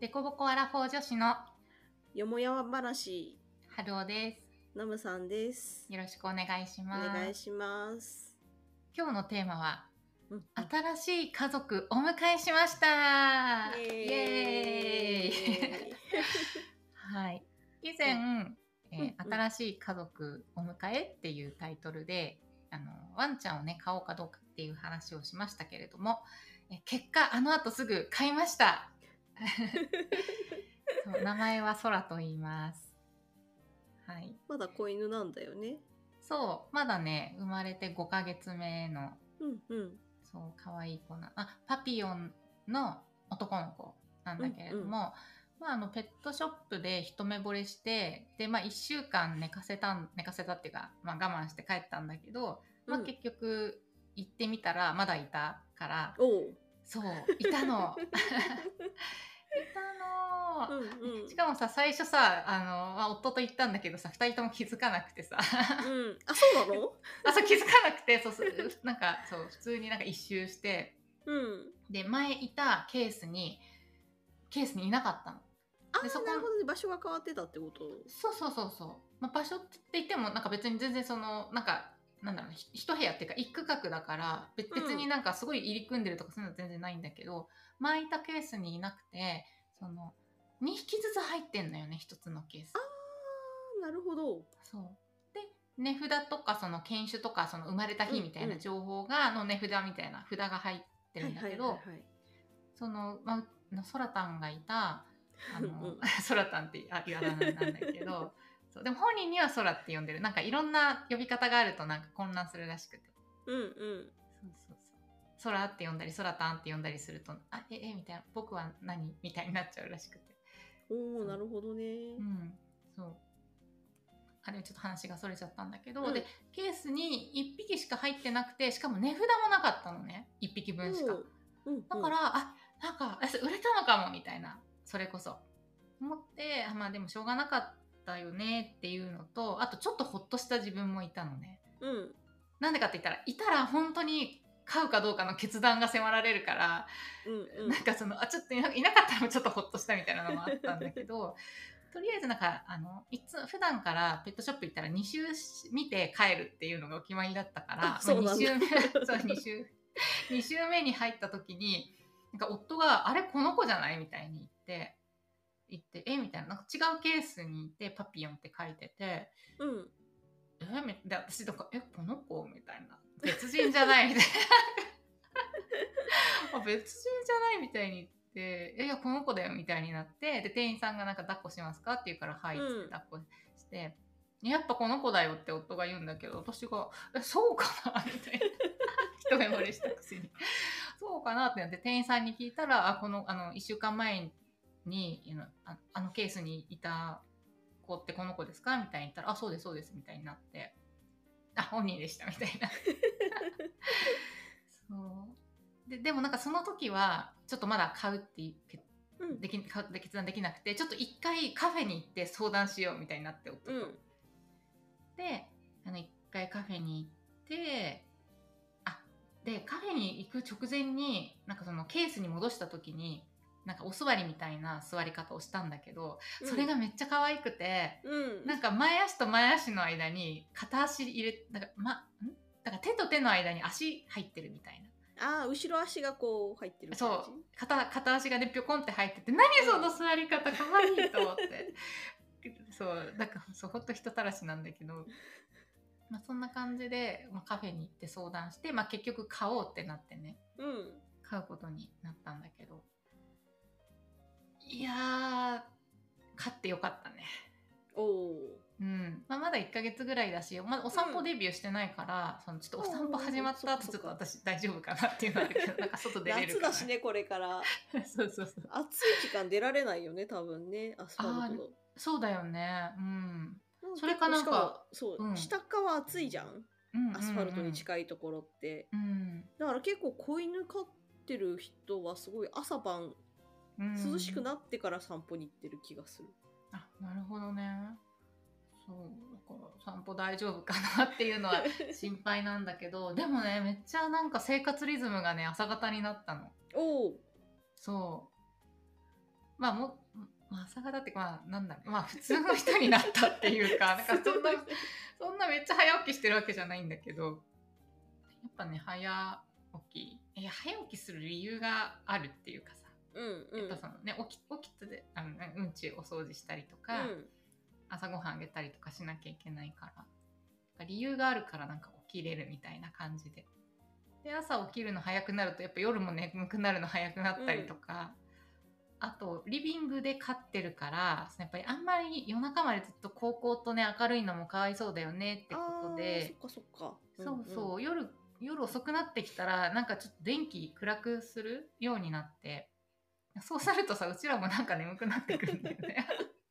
デコボコアラフォー女子のよもやま話、 春尾です。 ナムさんです。 よろしくお願いしおます。 願いします。 今日のテーマは、 うん新しい家族お迎えしましたイイエーイはい。以前、新しい家族お迎えっていうタイトルでワンちゃんをね買おうかどうかっていう話をしましたけれども、結果あの後すぐ買いましたそう名前は空と言います。はい、 まだ子犬なんだよね。 そうまだね生まれて5ヶ月目の、そう可愛い子なパピヨンの男の子なんだけれども、ペットショップで一目惚れしてで、1週間寝かせたっていうか、我慢して帰ったんだけど、結局行ってみたらまだいたからそういたのしかもさ最初さ夫と行ったんだけどさ2人とも気づかなくてさあ、そうなのそう気づかなくてなんかそう普通になんか一周して、で前いたケースにいなかったの。でそこなるほどね、場所が変わってたってこと。 そう、場所って言ってもなんか別に全然そのなんだろう一部屋っていうか一区画だから別になんかすごい入り組んでるとかそういうの全然ないんだけど、前いたケースにいなくてその2匹ずつ入ってんのよね、1つのケース。 なるほど。 そうで値札とかその犬種とかその生まれた日みたいな情報がの値札みたいな札が入ってるんだけど、そのソラタンがいたソラタンって言わないなんだけどそうでも本人にはソラって呼んでる。なんかいろんな呼び方があるとなんか混乱するらしくて、ソラって呼んだりソラタンって呼んだりするとみたいな、僕は何みたいになっちゃうらしくて。 なるほどね。 そうあれちょっと話がそれちゃったんだけど、でケースに1匹しか入ってなくて、しかも値札もなかったのね、1匹分しか。だからなんか売れたのかもみたいな、それこそ思ってでもしょうがなかったよねっていうのと、あとちょっとほっとした自分もいたのね。なんでかって言ったらいたら本当に飼うかどうかの決断が迫られるから、なんかそのちょっといなかったらもちょっとほっとしたみたいなのもあったんだけどとりあえずなんか普段からペットショップ行ったら2周見て帰るっていうのがお決まりだったから、2週目に入った時になんか夫があれこの子じゃないみたいに言ってみたいな、なんか違うケースにいてパピヨンって書いてて、で私とかこの子みたいな、別人じゃないみたいな別人じゃないみたいに言って、いやこの子だよみたいになって、で店員さんがなんか抱っこしますかって言うからはいって抱っこして、やっぱこの子だよって夫が言うんだけど、私がそうかなみたいな一目惚れしたくせにそうかなってなって、店員さんに聞いたら1週間前にケースにいた子ってこの子ですかみたいに言ったらそうですそうですみたいになって、本人でしたみたいなそうでもなんかその時はちょっとまだ買うって決断できなくて、ちょっと一回カフェに行って相談しようみたいになって夫と、で一回カフェに行ってでカフェに行く直前になんかそのケースに戻した時になんかお座りみたいな座り方をしたんだけど、それがめっちゃ可愛くて、なんか前足と前足の間に片足入れだから手と手の間に足入ってるみたいな。 後ろ足がこう入ってる感じ。 そう片足がねぴょこんって入ってて、何その座り方可愛いと思ってそうだからほんと人たらしなんだけど、そんな感じで、カフェに行って相談して、結局買おうってなってね、買うことになったんだけど、いやー買ってよかったね。まだ1ヶ月ぐらいだし、まだお散歩デビューしてないから、ちょっとお散歩始まった後ちょっと私大丈夫かなっていうのあるけどなんか外出れるかな。 夏だしねこれからそう暑い時間出られないよね多分ね、アスファルト。 そうだよね。それかなんか下側暑いじゃん、アスファルトに近いところって、だから結構子犬飼ってる人はすごい朝晩涼しくなってから散歩に行ってる気がする。 なるほどね。そうだから散歩大丈夫かなっていうのは心配なんだけどでもねめっちゃなんか生活リズムがね朝方になったの。そうまあ朝方ってまあなんだろう、まあ普通の人になったっていうかなんかそんなめっちゃ早起きしてるわけじゃないんだけど、やっぱね早起きする理由があるっていうかさ、やっぱそのね起きてうんちお掃除したりとか、朝ごはんあげたりとかしなきゃいけないから、理由があるからなんか起きれるみたいな感じで。で朝起きるの早くなるとやっぱ夜も眠くなるの早くなったりとか、あとリビングで飼ってるからやっぱりあんまり夜中までずっと高校とね明るいのもかわいそうだよねってことで、夜遅くなってきたらなんかちょっと電気暗くするようになって、そうするとさうちらもなんか眠くなってくるんだよね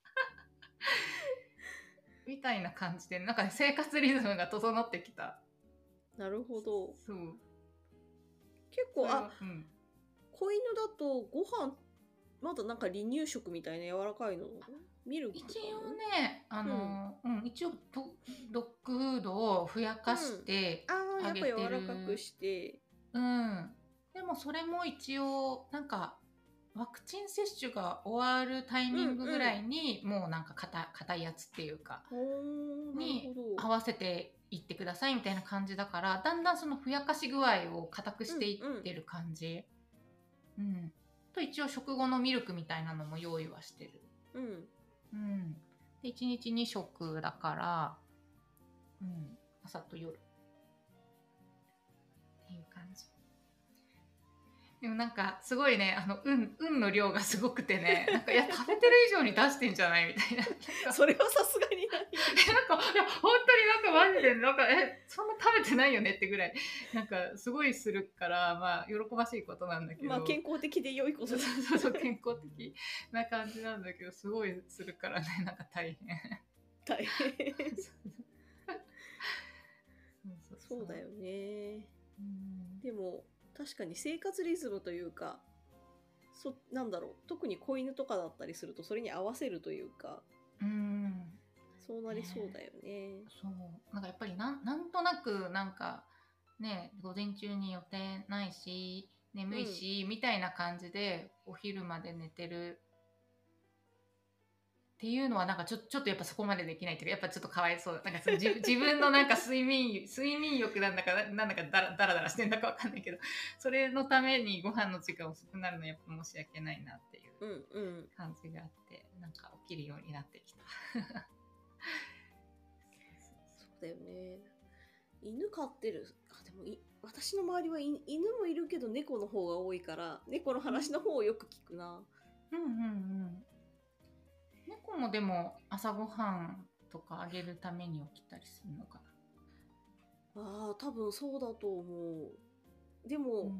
みたいな感じでなんか、ね、生活リズムが整ってきた。 なるほど。 そう結構子犬だとご飯まだなんか離乳食みたいな柔らかいのミルク一応ね一応ドッグフードをふやかしてあげてる、 やっぱ柔らかくして、 でもそれも一応なんかワクチン接種が終わるタイミングぐらいに、もうなんか硬いやつっていうかに合わせていってくださいみたいな感じだから、だんだんそのふやかし具合を硬くしていってる感じ、と一応食後のミルクみたいなのも用意はしてる。で1日2食だから、朝と夜っていう感じ。でもなんかすごいね運の量がすごくてね、なんかいや食べてる以上に出してんじゃないみたいなそれはさすがにないなんかいや本当になんかマジでなんかそんな食べてないよねってぐらいなんかすごいするから、まあ喜ばしいことなんだけど、 まあ健康的で良いことだ。 そう健康的な感じなんだけど、すごいするからね、なんか大変そうだよね。でも確かに生活リズムというか、なんだろう、特に子犬とかだったりするとそれに合わせるというか、そうなりそうだよね。 そうなんかやっぱりなんとなくなんかね午前中に予定ないし眠いし、みたいな感じでお昼まで寝てるっていうのはなんかちょっとやっぱそこまでできないっていうか、やっぱちょっとかわいそう。なんか自分のなんか睡眠欲なんだかダラダラしてんだかわかんないけど、それのためにご飯の時間遅くなるのやっぱ申し訳ないなっていう感じがあって、なんか起きるようになってきたそうだよね。犬飼ってる。でも私の周りは犬もいるけど猫の方が多いから、猫の話の方をよく聞くな。 猫もでも朝ごはんとかあげるために起きたりするのかな。多分そうだと思う。でも、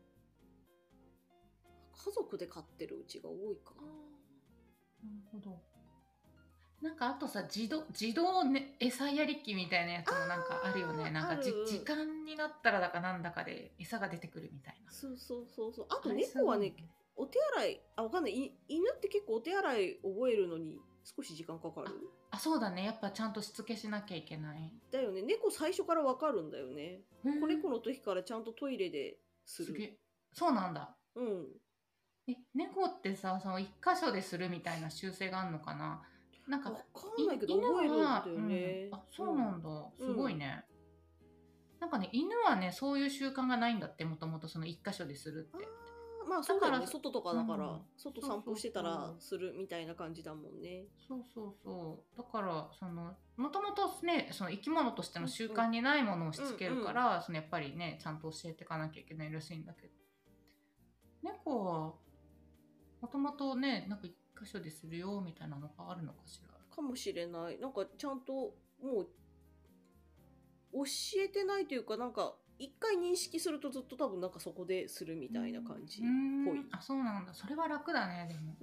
家族で飼ってるうちが多いかな。 なるほど。なんかあとさ自動、ね、餌やり機みたいなやつもなんかあるよね。なんか時間になったらだかなんだかで餌が出てくるみたいな。 そう。あと猫はね、お手洗いわかんない。犬って結構お手洗い覚えるのに少し時間かかる。 そうだね。やっぱちゃんとしつけしなきゃいけない。 だよね。猫最初からわかるんだよね。子猫の時からちゃんとトイレでする。 そうなんだ。猫ってさその一箇所でするみたいな習性があるのかな。なんかわかんないけど覚えるんだよね。 そうなんだ。すごいね。なんかね犬はねそういう習慣がないんだって、もともとその一箇所でするって。 まあそうだよね。外とかだから、外散歩してたらするみたいな感じだもんね。 そうだからそのもともとねその生き物としての習慣にないものをしつけるから、そのやっぱりねちゃんと教えていかなきゃいけないらしいんだけど、猫はもともとねなんか一箇所でするよみたいなのがあるのかしら。 かもしれない。なんかちゃんともう教えてないというか、なんか一回認識するとずっと多分なんかそこでするみたいな感じっぽい。 そうなんだ。それは楽だね。でも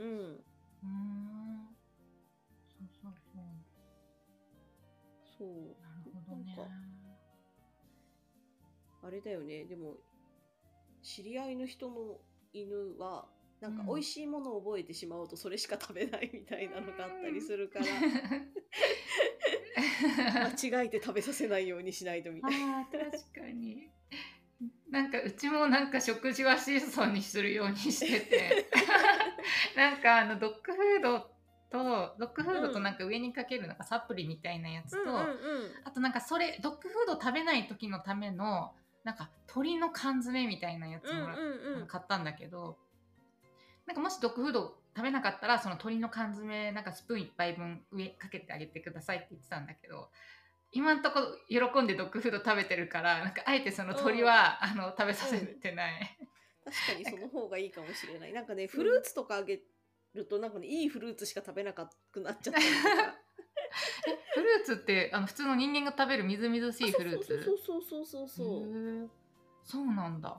そうなるほどね。 あれだよね。でも知り合いの人の犬はなんか美味しいものを覚えてしまうとそれしか食べないみたいなのがあったりするから間違えて食べさせないようにしないとみたいな。 確かになんかうちもなんか食事は質素にするようにしててなんかドッグフードとなんか上にかけるなんかサプリみたいなやつと、あとなんかそれドッグフード食べない時のためのなんか鶏の缶詰みたいなやつも買ったんだけど、なんかもしドッグフード食べなかったらその鶏の缶詰なんかスプーン1杯分上かけてあげてくださいって言ってたんだけど、今んとこ喜んでドッグフード食べてるから、なんかあえてその鶏は食べさせてない、 確かにその方がいいかもしれない。なんかねフルーツとかあげるとなんかねいいフルーツしか食べなくなっちゃったりとかフルーツって普通の人間が食べるみずみずしいフルーツ？そうなんだ。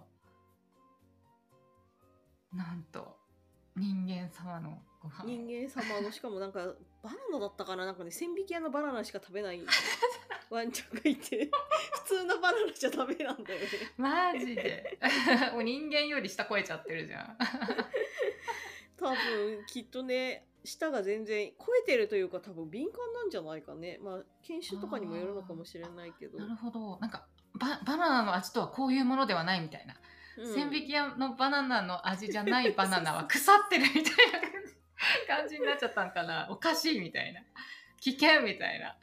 なんと人間様のご飯、 人間様のしかもなんかバナナだったかな、なんかね千匹屋のバナナしか食べないワンちゃんがいて普通のバナナじゃダメなんだよねマジでもう人間より下超えちゃってるじゃん多分きっとね舌が全然超えてるというか多分敏感なんじゃないかね。まあ犬種とかにもよるのかもしれないけど。 なるほど。なんかバナナの味とはこういうものではないみたいな、千匹屋のバナナの味じゃないバナナは腐ってるみたいな感じになっちゃったんかな。おかしいみたいな、危険みたいな、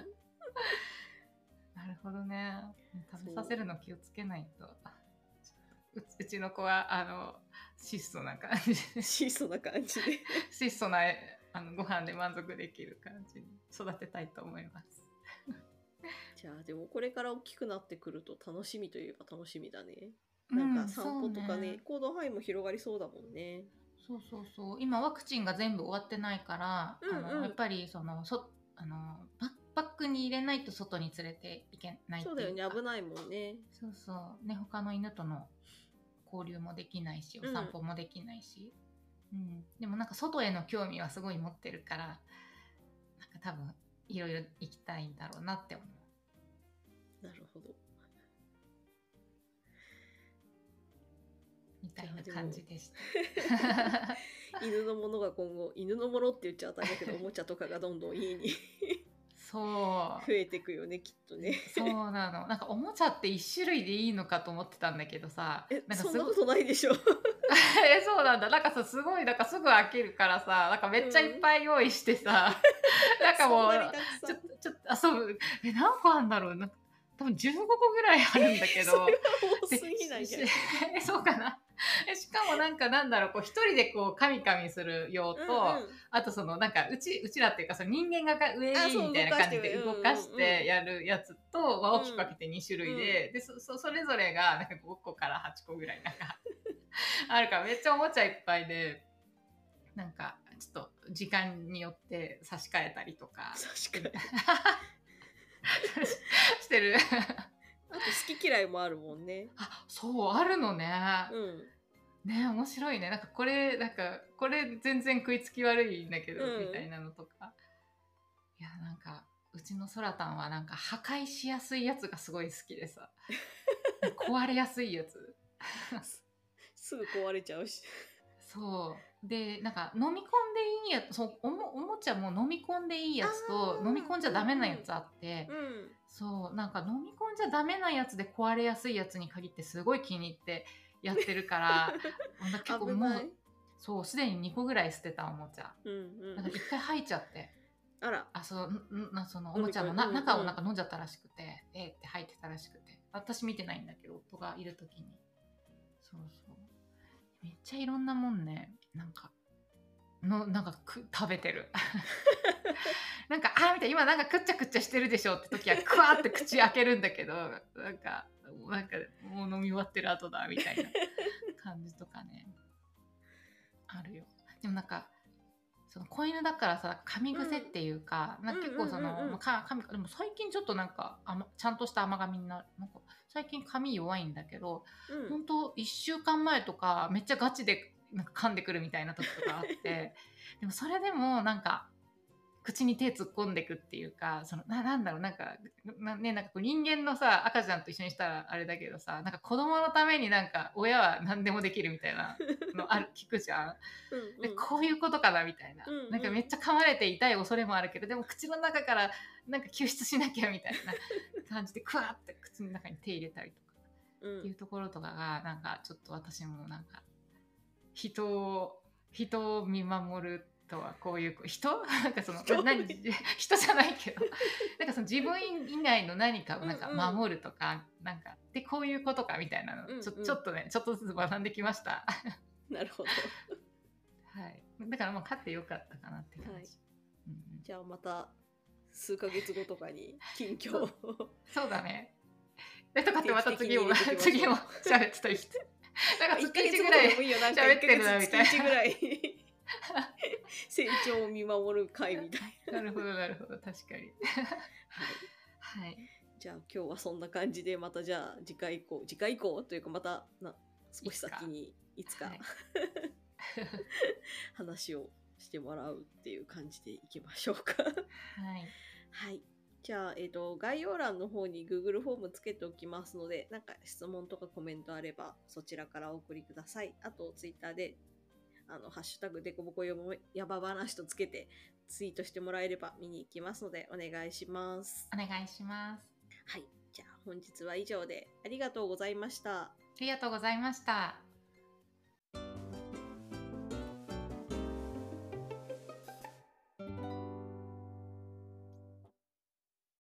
なるほどね。食べさせるの気をつけないと。うちの子は質素な感じで質素な感じで質素なご飯で満足できる感じに育てたいと思いますじゃあでもこれから大きくなってくると楽しみといえば楽しみだね。なんか散歩とかね、行動範囲も広がりそうだもんね。 そう今ワクチンが全部終わってないから、やっぱりバッグに入れないと外に連れていけないっていうか。 そうだよね、危ないもんね。 そうね、他の犬との交流もできないしお散歩もできないし、でもなんか外への興味はすごい持ってるから、なんか多分いろいろ行きたいんだろうなって思う。 なるほどみたいな感じでした犬のものが今後、犬のものって言っちゃったんだけどおもちゃとかがどんどん家に増えてくよね、きっとね。 そうなの。なんかおもちゃって1種類でいいのかと思ってたんだけどさ、 なんかそんなことないでしょそうなんだ。なんかさ、すごいなんかすぐ飽きるからさ、なんかめっちゃいっぱい用意してさ、なんかもうちょっと遊ぶ。何個あるんだろう。なんか多分15個ぐらいあるんだけど。 それは多すぎないじゃん。 そうかな。しかもなんかなんだろう、こう一人でこうカミカミする用と、あとそのなんかうちらっていうかその人間が上にみたいな感じで動かしてやるやつと、大きく分けて2種類で、それぞれがなんか5個から8個ぐらいなんかあるからめっちゃおもちゃいっぱいで、なんかちょっと時間によって差し替えたりとかしてるあと好き嫌いもあるもんね。 そうあるのね。ね、面白いね。なんかこれ全然食いつき悪いんだけど、みたいなのとか。いやなんかうちのソラタンはなんか破壊しやすいやつがすごい好きでさ壊れやすいやつすぐ壊れちゃうし。 そうで、なんか飲み込んでいいやつ、おもちゃも飲み込んでいいやつと飲み込んじゃダメなやつあって、そうなんか飲み込んじゃダメなやつで壊れやすいやつに限ってすごい気に入ってやってるから結構もうそうすでに2個ぐらい捨てたおもちゃ、なんか1回吐いちゃって、そのおもちゃの中をなんか飲んじゃったらしくて、って吐いてたらしくて、私見てないんだけど夫がいる時に、そうめっちゃいろんなもんね、なんか食べてるなんかみたいな、今なんかくっちゃくっちゃしてるでしょって時はクワーって口開けるんだけど、なんかもう飲み終わってる後だみたいな感じとかねあるよ。でもなんかその子犬だからさ、噛み癖っていうか、なんか結構そのでも最近ちょっとなんかちゃんとした甘噛みになる。なんか最近噛み弱いんだけど、本当1週間前とかめっちゃガチでなんか噛んでくるみたいな時とかあってでもそれでもなんか口に手突っ込んでくっていうか、そのなんだろう、なんかこう人間のさ赤ちゃんと一緒にしたらあれだけどさ、なんか子供のためになんか親は何でもできるみたいなの聞くじゃんでこういうことかなみたいな、なんかめっちゃ噛まれて痛い恐れもあるけど、でも口の中からなんか救出しなきゃみたいな感じでクワーって口の中に手入れたりとかいうところとかがなんかちょっと私もなんか人を見守るとはこういう人なんかその人じゃないけどなんかその自分以外の何かをなんか守るとか、なんかでこういうことかみたいなの、ちょっとねちょっとずつ学んできました。 なるほど。 はい。だからまあ勝ってよかったかなって感じ。はい、 じゃあまた数ヶ月後とかに近況をそうだね。とかってまた次も喋ってたりして。なんか月1ぐらい喋ってるなみたいな。 月1ぐらい成長を見守る会みたいな。なるほどなるほど、確かに。 はい。じゃあ今日はそんな感じで、またじゃあ次回以降というかまた少し先にいつか話をしてもらうっていう感じでいきましょうか。はい。じゃあ、概要欄の方に Google フォームつけておきますので、なんか質問とかコメントあればそちらからお送りください。あと Twitter でハッシュタグでこぼこやば話とつけてツイートしてもらえれば見に行きますのでお願いします。 お願いします。 はい。じゃあ本日は以上でありがとうございました。 ありがとうございました。